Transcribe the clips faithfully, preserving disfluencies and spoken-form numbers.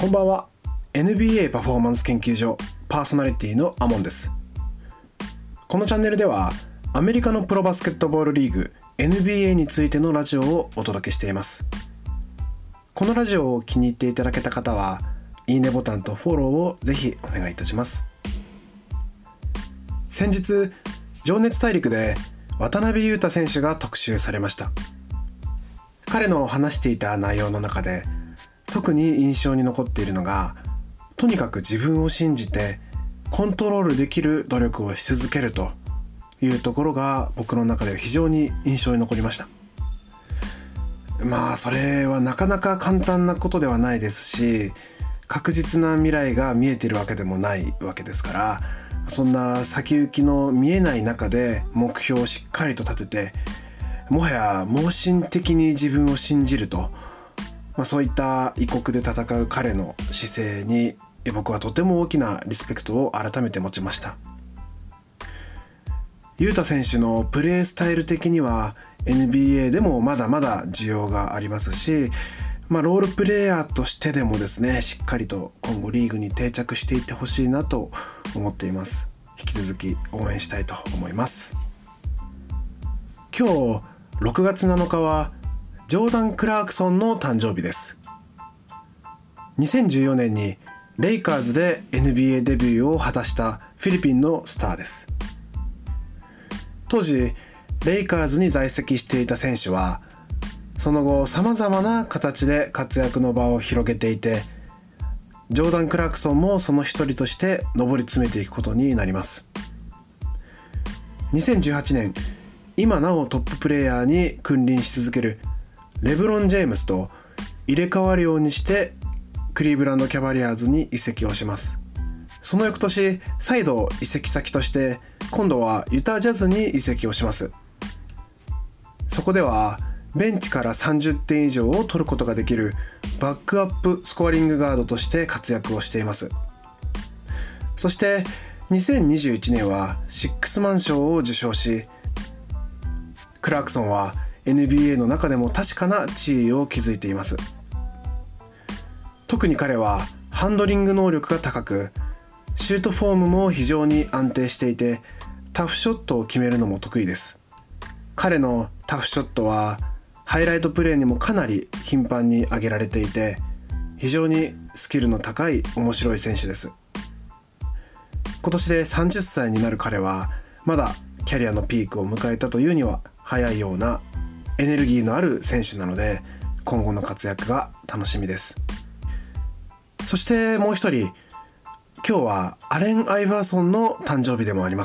こんばんは。 エヌビーエー パフォーマンス研究所パーソナリティのアモンです。このチャンネルではアメリカのプロバスケットボールリーグ エヌビーエー についてのラジオをお届けしています。このラジオを気に入っていただけた方はいいねボタンとフォローをぜひお願いいたします。先日情熱大陸で渡邊雄太選手が特集されました。彼の話していた内容の中で特に印象に残っているのが、とにかく自分を信じてコントロールできる努力をし続けるというところが僕の中で非常に印象に残りました。まあそれはなかなか簡単なことではないですし、確実な未来が見えているわけでもないわけですから、そんな先行きの見えない中で目標をしっかりと立てて、もはや盲信的に自分を信じると、まあ、そういった異国で戦う彼の姿勢に僕はとても大きなリスペクトを改めて持ちました。雄太選手のプレースタイル的には エヌビーエー でもまだまだ需要がありますし、まあ、ロールプレイヤーとしてでもですね、しっかりと今後リーグに定着していってほしいなと思っています。引き続き応援したいと思います。今日ろくがつなのかはジョーダン・クラークソンの誕生日です。にせんじゅうよねんにレイカーズで エヌビーエー デビューを果たしたフィリピンのスターです。当時レイカーズに在籍していた選手はその後さまざまな形で活躍の場を広げていて、ジョーダン・クラークソンもその一人として上り詰めていくことになります。にせんじゅうはちねん、今なおトッププレイヤーに君臨し続けるレブロン・ジェームスと入れ替わるようにしてクリーブランド・キャバリアーズに移籍をします。その翌年再度移籍先として今度はユタジャズに移籍をします。そこではベンチからさんじゅってん以上を取ることができるバックアップスコアリングガードとして活躍をしています。そしてにせんにじゅういちねんはシックスマン賞を受賞し、クラークソンは エヌビーエー の中でも確かな地位を築いています。特に彼はハンドリング能力が高く、シュートフォームも非常に安定していて、タフショットを決めるのも得意です。彼のタフショットはハイライトプレーにもかなり頻繁に挙げられていて、非常にスキルの高い面白い選手です。今年でさんじゅっさいになる彼はまだキャリアのピークを迎えたというには早いようなエネルギーのある選手なので、今後の活躍が楽しみです。そしてもう一人、今日はアレン・アイバーソンの誕生日でもあります。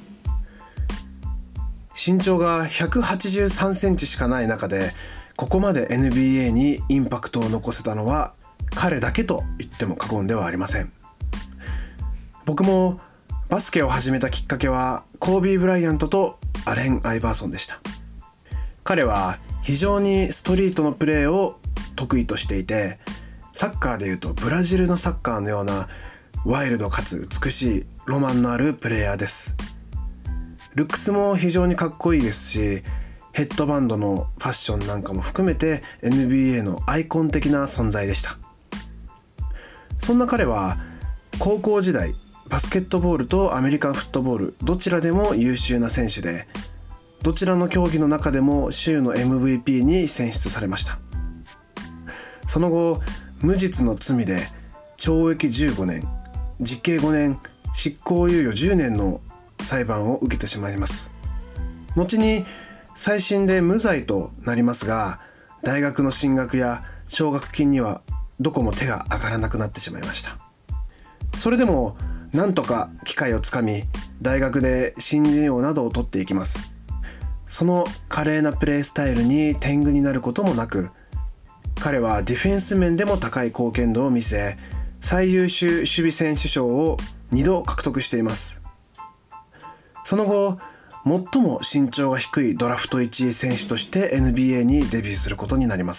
身長がひゃくはちじゅうさんセンチしかない中でここまで エヌビーエー にインパクトを残せたのは彼だけと言っても過言ではありません。僕もバスケを始めたきっかけはコービー・ブライアントとアレン・アイバーソンでした。彼は非常にストリートのプレーを得意としていて、サッカーでいうとブラジルのサッカーのようなワイルドかつ美しいロマンのあるプレイヤーです。ルックスも非常にかっこいいですし、ヘッドバンドのファッションなんかも含めて エヌビーエー のアイコン的な存在でした。そんな彼は高校時代バスケットボールとアメリカンフットボールどちらでも優秀な選手で、どちらの競技の中でも州の エムブイピー に選出されました。その後無実の罪で懲役じゅうごねん、実刑ごねん、執行猶予じゅうねんの裁判を受けてしまいます。後に再審で無罪となりますが、大学の進学や奨学金にはどこも手が上がらなくなってしまいました。それでもなんとか機会をつかみ、大学で新人王などを取っていきます。その華麗なプレースタイルに天狗になることもなく、彼はディフェンス面でも高い貢献度を見せ、最優秀守備選手賞をにど獲得しています。その後最も身長が低いドラフトいちい選手として エヌビーエー にデビューすることになります。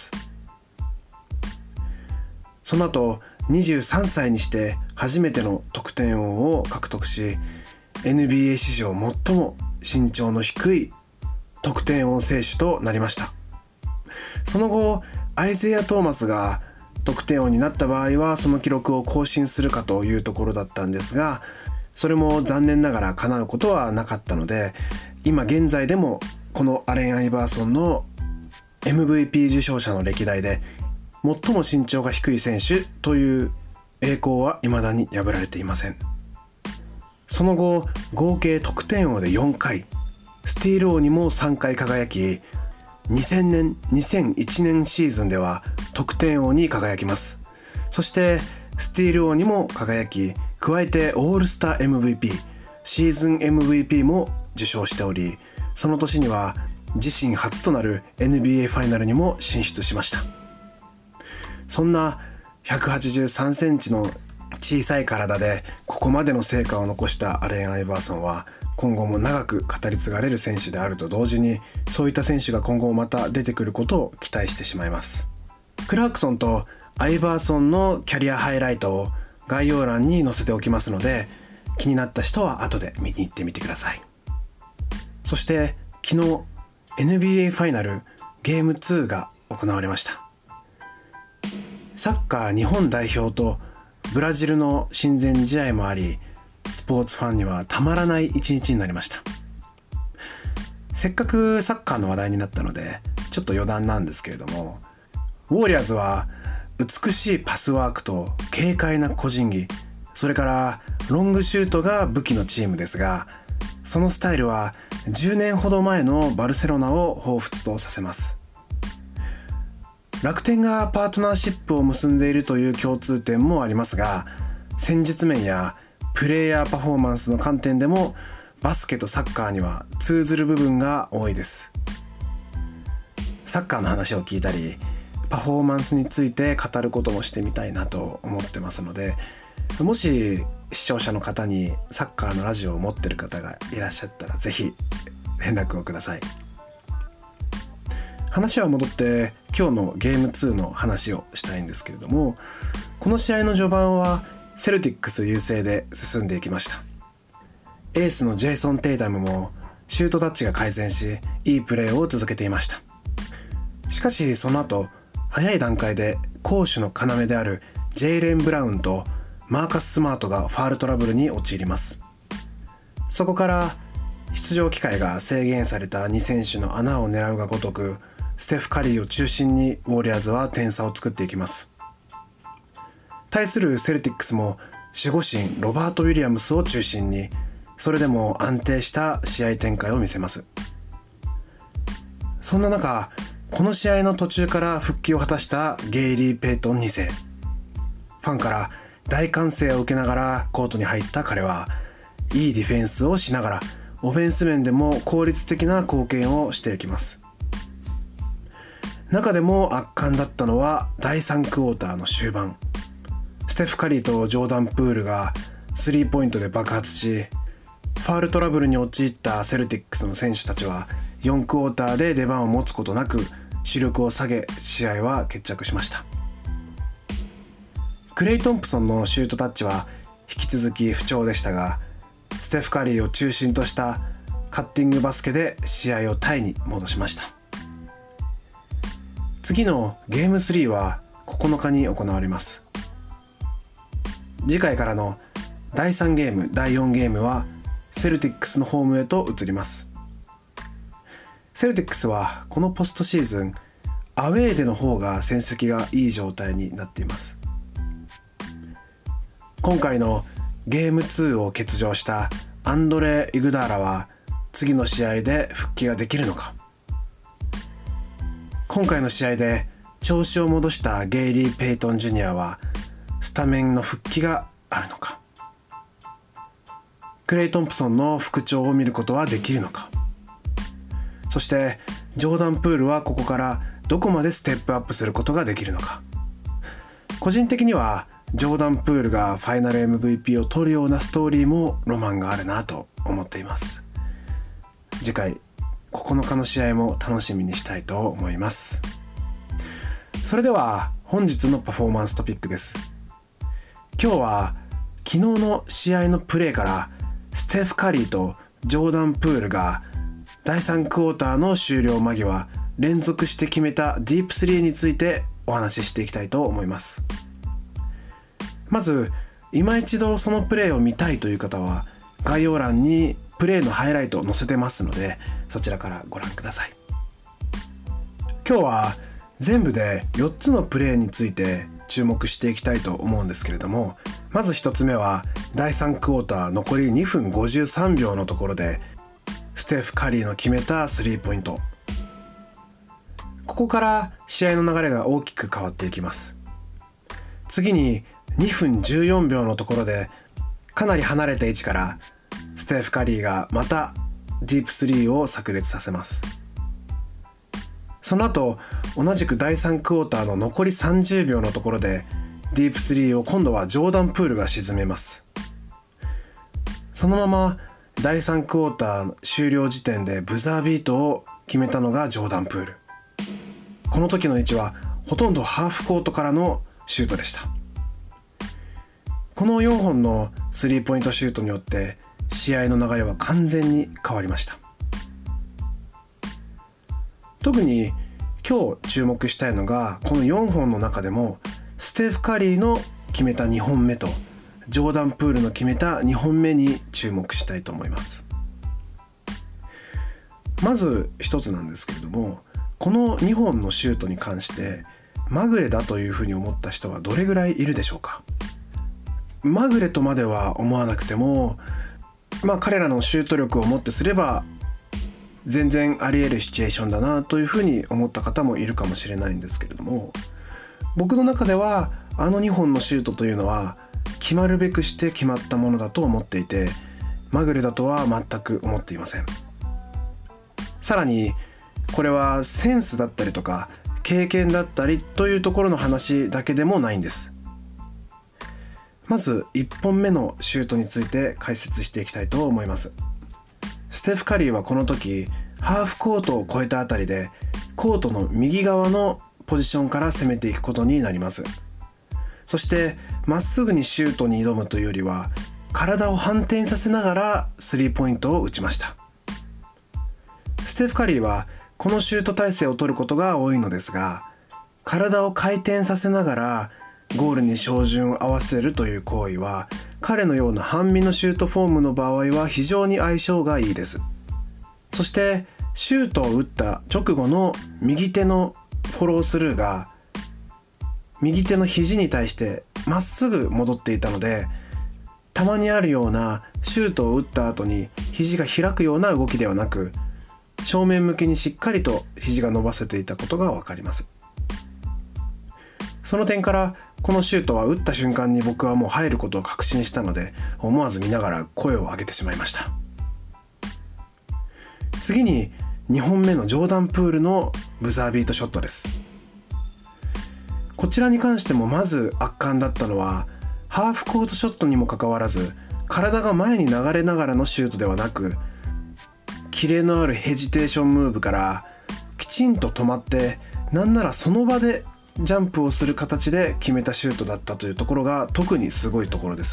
その後にじゅうさんさいにして初めての得点王を獲得し、 エヌビーエー 史上最も身長の低い得点王選手となりました。その後アイゼア・トーマスが得点王になった場合はその記録を更新するかというところだったんですが、それも残念ながら叶うことはなかったので、今現在でもこのアレン・アイバーソンの エムブイピー 受賞者の歴代で最も身長が低い選手という栄光は未だに破られていません。その後合計得点王でよんかい、スティール王にもさんかい輝き、にせんねんにせんいちねんシーズンでは得点王に輝きます。そしてスティール王にも輝き、加えてオールスター エムブイピー、 シーズン エムブイピー も受賞しており、その年には自身初となる エヌビーエー ファイナルにも進出しました。そんなひゃくはちじゅうさんセンチの小さい体でここまでの成果を残したアレン・アイバーソンは今後も長く語り継がれる選手であると同時に、そういった選手が今後また出てくることを期待してしまいます。クラークソンとアイバーソンのキャリアハイライトを概要欄に載せておきますので、気になった人は後で見に行ってみてください。そして昨日 エヌビーエー ファイナルゲームツーが行われました。サッカー日本代表とブラジルの親善試合もあり、スポーツファンにはたまらない一日になりました。せっかくサッカーの話題になったのでちょっと余談なんですけれども、ウォリアーズは美しいパスワークと軽快な個人技、それからロングシュートが武器のチームですが、そのスタイルはじゅうねんほど前のバルセロナを彷彿とさせます。楽天がパートナーシップを結んでいるという共通点もありますが、戦術面やプレイヤーパフォーマンスの観点でもバスケとサッカーには通ずる部分が多いです。サッカーの話を聞いたりパフォーマンスについて語ることもしてみたいなと思ってますので、もし視聴者の方にサッカーのラジオを持ってる方がいらっしゃったらぜひ連絡をください。話は戻って今日のゲームツーの話をしたいんですけれども、この試合の序盤はセルティックス優勢で進んでいきました。エースのジェイソン・テイタムもシュートタッチが改善し、いいプレーを続けていました。しかしその後早い段階で攻守の要であるジェイレン・ブラウンとマーカス・スマートがファールトラブルに陥ります。そこから出場機会が制限されたに選手の穴を狙うがごとく、ステフ・カリーを中心にウォリアーズは点差を作っていきます。対するセルティックスも守護神ロバート・ウィリアムスを中心にそれでも安定した試合展開を見せます。そんな中、この試合の途中から復帰を果たしたゲイリー・ペイトンに世、ファンから大歓声を受けながらコートに入った彼は、いいディフェンスをしながらオフェンス面でも効率的な貢献をしていきます。中でも圧巻だったのはだいさんクォーターの終盤、ステフ・カリーとジョーダン・プールがスリーポイントで爆発し、ファールトラブルに陥ったセルティックスの選手たちはよんクォーターで出番を持つことなく主力を下げ、試合は決着しました。クレイ・トンプソンのシュートタッチは引き続き不調でしたが、ステフ・カリーを中心としたカッティングバスケで試合をタイに戻しました。次のゲームスリーはここのかに行われます。次回からのだいさんゲームだいよんゲームはセルティックスのホームへと移ります。セルティックスはこのポストシーズンアウェーでの方が戦績がいい状態になっています。今回のゲームツーを欠場したアンドレ・イグダーラは次の試合で復帰ができるのか。今回の試合で調子を戻したゲイリー・ペイトン・ジュニアはスタメンの復帰があるのか。クレイ・トンプソンの復調を見ることはできるのか。そしてジョーダン・プールはここからどこまでステップアップすることができるのか。個人的にはジョーダン・プールがファイナル エムブイピー を取るようなストーリーもロマンがあるなと思っています。次回ここのかの試合も楽しみにしたいと思います。それでは本日のパフォーマンストピックです。今日は昨日の試合のプレーからステフ・カリーとジョーダン・プールがだいさんクォーターの終了間際連続して決めたディープスリーについておお話ししていきたいと思います。まず今一度そのプレーを見たいという方は概要欄にプレーのハイライトを載せてますので、そちらからご覧ください。今日は全部でよっつのプレーについて注目していきたいと思うんですけれども、まずひとつめはだいさんクォーター残りにふんごじゅうさんびょうのところでステフ・カリーの決めたスリーポイント。ここから試合の流れが大きく変わっていきます。次ににふんじゅうよんびょうのところでかなり離れた位置からステフ・カリーがまたディープスリーを炸裂させます。その後同じくだいさんクォーターの残りさんじゅうびょうのところでディープスリーを今度はジョーダン・プールが沈めます。そのままだいさんクォーター終了時点でブザービートを決めたのがジョーダン・プール。この時の位置はほとんどハーフコートからのシュートでした。このよんほんのスリーポイントシュートによって試合の流れは完全に変わりました。特に今日注目したいのがこのよんほんの中でもステフ・カリーの決めたにほんめとジョーダン・プールの決めたにほんめに注目したいと思います。まず一つなんですけれども、このにほんのシュートに関してまぐれだというふうに思った人はどれぐらいいるでしょうか。まぐれとまでは思わなくても、まあ彼らのシュート力をもってすれば全然あり得るシチュエーションだなというふうに思った方もいるかもしれないんですけれども、僕の中ではあのにほんのシュートというのは決まるべくして決まったものだと思っていて、まぐれだとは全く思っていません。さらにこれはセンスだったりとか経験だったりというところの話だけでもないんです。まずいっぽんめのシュートについて解説していきたいと思います。ステフ・カリーはこの時ハーフコートを越えたあたりでコートの右側のポジションから攻めていくことになります。そしてまっすぐにシュートに挑むというよりは体を反転させながらスリーポイントを打ちました。ステフ・カリーはこのシュート体勢を取ることが多いのですが、体を回転させながらゴールに照準を合わせるという行為は彼のような半身のシュートフォームの場合は非常に相性がいいです。そしてシュートを打った直後の右手のフォロースルーが右手の肘に対してまっすぐ戻っていたので、たまにあるようなシュートを打った後に肘が開くような動きではなく、正面向きにしっかりと肘が伸ばせていたことが分かります。その点からこのシュートは打った瞬間に僕はもう入ることを確信したので、思わず見ながら声を上げてしまいました。次ににほんめのジョーダン・プールのブザービートショットです。こちらに関してもまず圧巻だったのはハーフコートショットにもかかわらず体が前に流れながらのシュートではなく、キレのあるヘジテーションムーブからきちんと止まって、なんならその場でジャンプをする形で決めたシュートだったというところが特にすごいところです。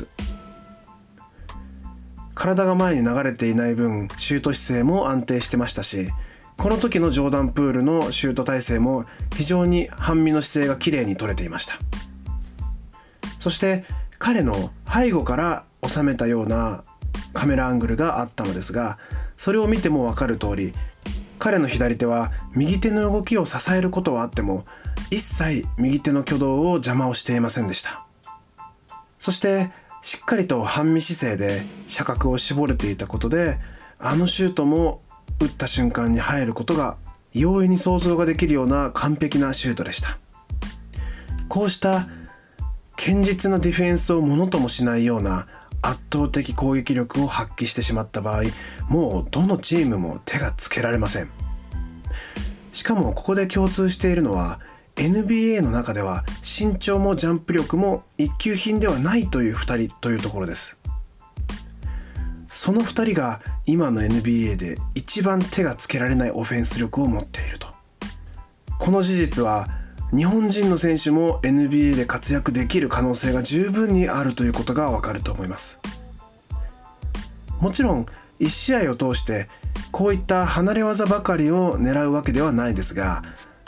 体が前に流れていない分シュート姿勢も安定してましたし、この時のジョーダン・プールのシュート体勢も非常に半身の姿勢が綺麗に取れていました。そして彼の背後から収めたようなカメラアングルがあったのですが、それを見ても分かる通り彼の左手は右手の動きを支えることはあっても一切右手の挙動を邪魔をしていませんでした。そしてしっかりと半身姿勢で射角を絞れていたことで、あのシュートも打った瞬間に入ることが容易に想像ができるような完璧なシュートでした。こうした堅実なディフェンスをものともしないような圧倒的攻撃力を発揮してしまった場合、もうどのチームも手がつけられません。しかもここで共通しているのは エヌビーエー の中では身長もジャンプ力も一級品ではないというふたりというところです。そのふたりが今の エヌビーエー で一番手がつけられないオフェンス力を持っていると。この事実は日本人の選手も エヌビーエー で活躍できる可能性が十分にあるということがわかると思います。もちろんいち試合を通してこういった離れ技ばかりを狙うわけではないですが、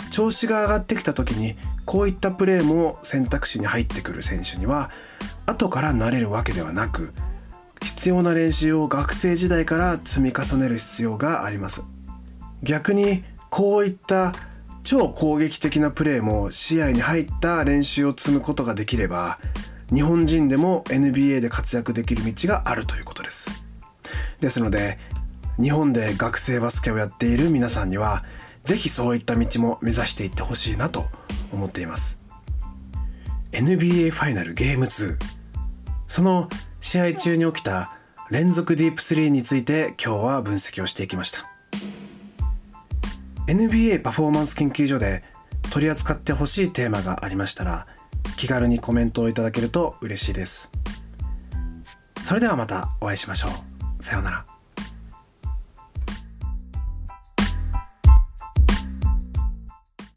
調子が上がってきた時にこういったプレーも選択肢に入ってくる選手には後から慣れるわけではなく、必要な練習を学生時代から積み重ねる必要があります。逆にこういった超攻撃的なプレーも視野に入った練習を積むことができれば、日本人でも エヌビーエー で活躍できる道があるということです。ですので日本で学生バスケをやっている皆さんにはぜひそういった道も目指していってほしいなと思っています。 エヌビーエー ファイナルゲームツー、その試合中に起きた連続ディープスリーについて今日は分析をしていきました。 エヌビーエー パフォーマンス研究所で取り扱ってほしいテーマがありましたら気軽にコメントをいただけると嬉しいです。それではまたお会いしましょう。さようなら。